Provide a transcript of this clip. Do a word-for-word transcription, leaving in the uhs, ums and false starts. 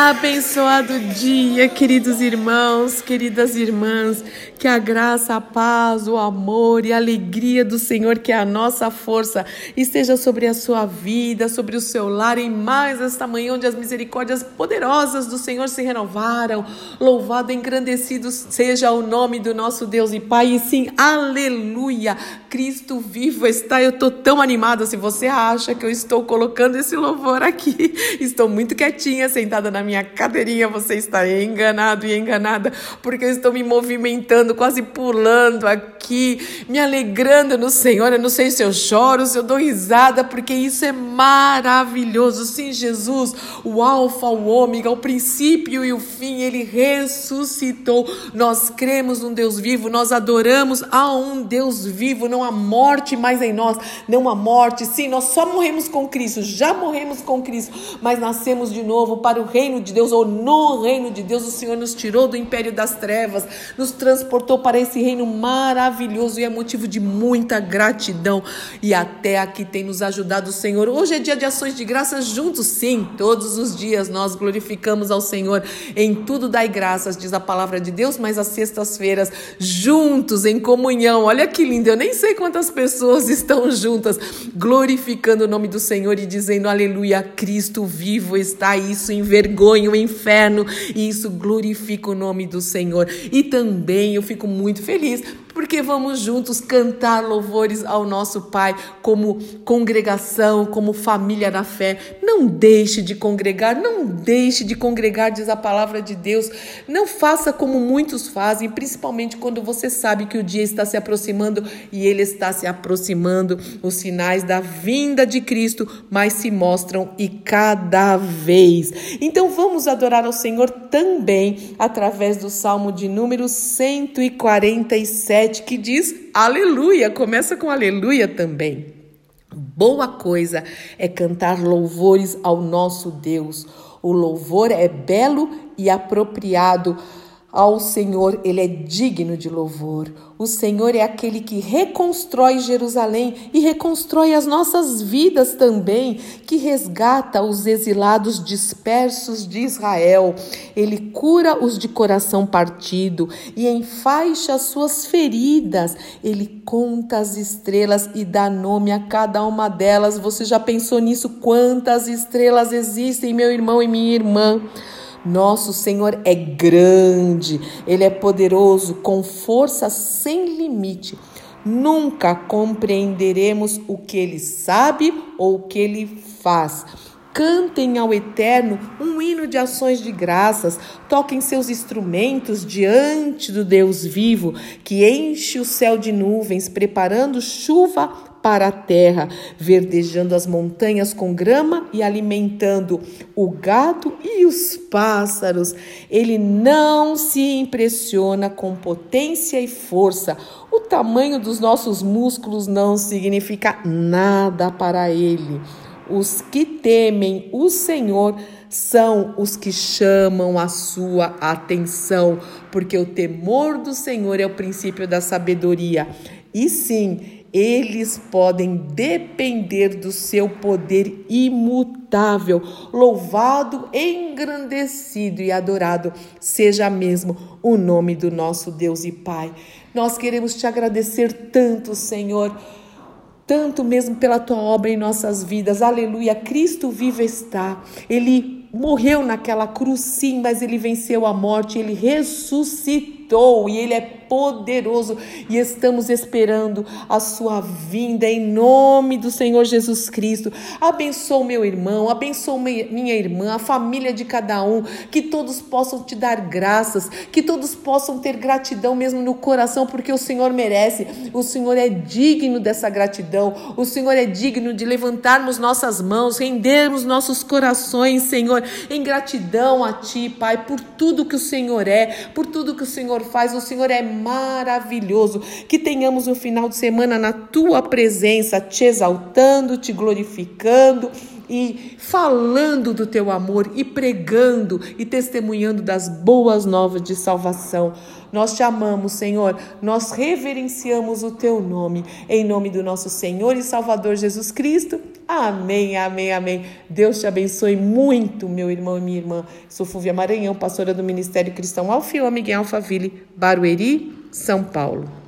Abençoado dia, queridos irmãos, queridas irmãs, que a graça, a paz, o amor e a alegria do Senhor, que é a nossa força, esteja sobre a sua vida, sobre o seu lar, em mais esta manhã, onde as misericórdias poderosas do Senhor se renovaram. Louvado, engrandecido seja o nome do nosso Deus e Pai, e sim, aleluia, Cristo vivo está. Eu estou tão animada. Se você acha que eu estou colocando esse louvor aqui, estou muito quietinha, sentada na minha cadeirinha, você está enganado e enganada, porque eu estou me movimentando, quase pulando aqui, me alegrando no Senhor. Eu não sei se eu choro, se eu dou risada, porque isso é maravilhoso. Sim, Jesus, o alfa, o ômega, o princípio e o fim, ele ressuscitou. Nós cremos num Deus vivo, nós adoramos a um Deus vivo. Não há morte mais em nós, não há morte. Sim, nós só morremos com Cristo, já morremos com Cristo, mas nascemos de novo para o reino de Deus, ou no reino de Deus. O Senhor nos tirou do império das trevas, nos transportou para esse reino maravilhoso, e é motivo de muita gratidão, e até aqui tem nos ajudado o Senhor. Hoje é dia de ações de graças juntos. Sim, todos os dias nós glorificamos ao Senhor. Em tudo dai graças, diz a palavra de Deus, mas às sextas-feiras juntos em comunhão. Olha que lindo, eu nem sei quantas pessoas estão juntas glorificando o nome do Senhor e dizendo aleluia, Cristo vivo está. Isso envergonha o inferno e isso glorifica o nome do Senhor. E também eu fico muito feliz porque vamos juntos cantar louvores ao nosso Pai como congregação, como família na fé. Não deixe de congregar, não deixe de congregar, diz a palavra de Deus. Não faça como muitos fazem, principalmente quando você sabe que o dia está se aproximando, e ele está se aproximando. Os sinais da vinda de Cristo mais se mostram, e cada vez. Então vamos adorar ao Senhor também através do Salmo de número cento e quarenta e sete, que diz aleluia. Começa com aleluia também. Boa coisa é cantar louvores ao nosso Deus. O louvor é belo e apropriado ao Senhor, ele é digno de louvor. O Senhor é aquele que reconstrói Jerusalém e reconstrói as nossas vidas também, que resgata os exilados dispersos de Israel. Ele cura os de coração partido e enfaixa as suas feridas. Ele conta as estrelas e dá nome a cada uma delas. Você já pensou nisso? Quantas estrelas existem, meu irmão e minha irmã? Nosso Senhor é grande, ele é poderoso, com força sem limite. Nunca compreenderemos o que ele sabe ou o que ele faz. Cantem ao Eterno um hino de ações de graças, toquem seus instrumentos diante do Deus vivo, que enche o céu de nuvens, preparando chuva para a terra, verdejando as montanhas com grama e alimentando o gado e os pássaros. Ele não se impressiona com potência e força. O tamanho dos nossos músculos não significa nada para ele. Os que temem o Senhor são os que chamam a sua atenção, porque o temor do Senhor é o princípio da sabedoria. E sim, eles podem depender do seu poder imutável. Louvado, engrandecido e adorado seja mesmo o nome do nosso Deus e Pai. Nós queremos te agradecer tanto, Senhor, tanto mesmo pela tua obra em nossas vidas. Aleluia, Cristo vivo está. Ele morreu naquela cruz, sim, mas ele venceu a morte, ele ressuscitou e ele é poderoso, e estamos esperando a sua vinda em nome do Senhor Jesus Cristo. Abençoa meu irmão, abençoa minha irmã, a família de cada um, que todos possam te dar graças, que todos possam ter gratidão mesmo no coração, porque o Senhor merece. O Senhor é digno dessa gratidão, o Senhor é digno de levantarmos nossas mãos, rendermos nossos corações, Senhor, em gratidão a Ti, Pai, por tudo que o Senhor é, por tudo que o Senhor faz. O Senhor é maravilhoso. Que tenhamos um final de semana na Tua presença, te exaltando, te glorificando e falando do teu amor e pregando e testemunhando das boas novas de salvação. Nós te amamos, Senhor, nós reverenciamos o teu nome, em nome do nosso Senhor e Salvador Jesus Cristo. Amém, amém, amém. Deus te abençoe muito, meu irmão e minha irmã. Sou Fúvia Maranhão, pastora do Ministério Cristão Alfio Amiguel Alphaville, Barueri, São Paulo.